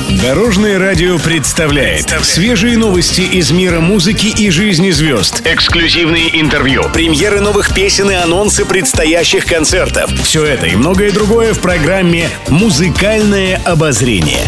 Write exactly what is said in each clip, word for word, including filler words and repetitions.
Дорожное радио представляет свежие новости из мира музыки и жизни звезд. Эксклюзивные интервью, премьеры новых песен и анонсы предстоящих концертов. Все это и многое другое в программе «Музыкальное обозрение».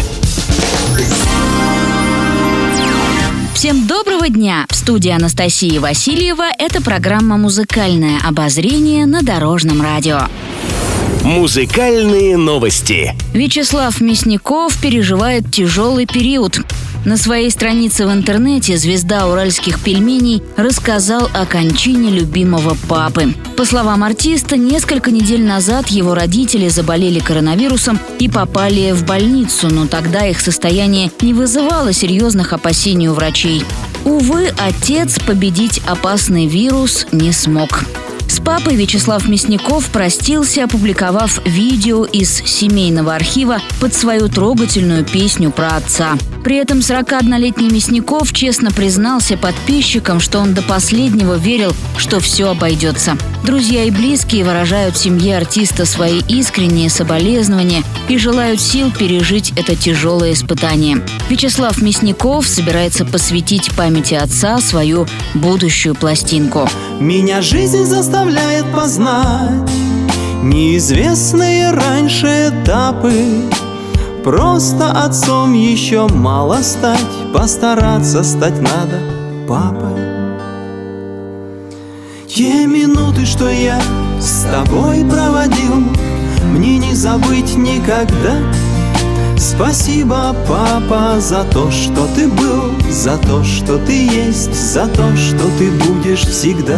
Всем доброго дня! В студии Анастасия Васильева. Это программа «Музыкальное обозрение» на Дорожном радио. Музыкальные новости. Вячеслав Мясников переживает тяжелый период. На своей странице в интернете звезда уральских пельменей рассказал о кончине любимого папы. По словам артиста, несколько недель назад его родители заболели коронавирусом и попали в больницу, но тогда их состояние не вызывало серьезных опасений у врачей. Увы, отец победить опасный вирус не смог. С папой Вячеслав Мясников простился, опубликовав видео из семейного архива под свою трогательную песню про отца. При этом сорокаоднолетний Мясников честно признался подписчикам, что он до последнего верил, что все обойдется. Друзья и близкие выражают семье артиста свои искренние соболезнования и желают сил пережить это тяжелое испытание. Вячеслав Мясников собирается посвятить памяти отца свою будущую пластинку. Меня жизнь заставляет познать неизвестные раньше этапы. Просто отцом еще мало стать, постараться стать надо папой. Те минуты, что я с тобой проводил, мне не забыть никогда. Спасибо, папа, за то, что ты был, за то, что ты есть, за то, что ты будешь всегда.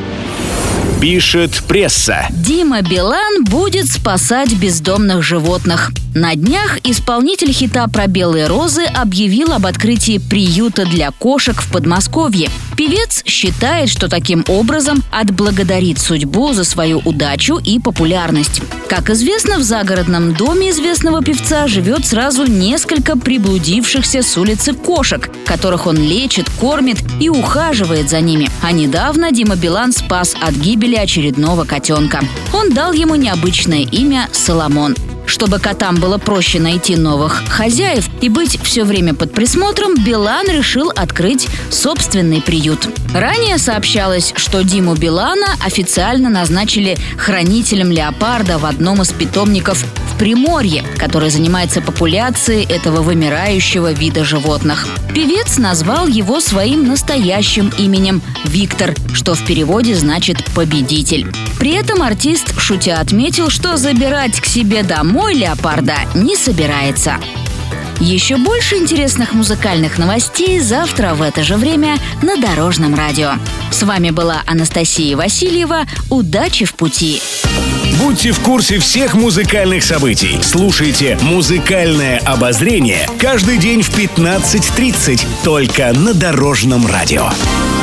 Пишет пресса. Дима Билан будет спасать бездомных животных. На днях исполнитель хита про белые розы объявил об открытии приюта для кошек в Подмосковье. Певец считает, что таким образом отблагодарит судьбу за свою удачу и популярность. Как известно, в загородном доме известного певца живет сразу несколько приблудившихся с улицы кошек, которых он лечит, кормит и ухаживает за ними. А недавно Дима Билан спас от гибели очередного котенка. Он дал ему необычное имя Соломон. Чтобы котам было проще найти новых хозяев и быть все время под присмотром, Билан решил открыть собственный приют. Ранее сообщалось, что Диму Билана официально назначили хранителем леопарда в одном из питомников в Приморье, который занимается популяцией этого вымирающего вида животных. Певец назвал его своим настоящим именем Виктор, что в переводе значит «победитель». При этом артист, шутя, отметил, что забирать к себе домой леопарда не собирается. Еще больше интересных музыкальных новостей завтра в это же время на Дорожном радио. С вами была Анастасия Васильева. Удачи в пути! Будьте в курсе всех музыкальных событий. Слушайте «Музыкальное обозрение» каждый день в пятнадцать тридцать только на Дорожном радио.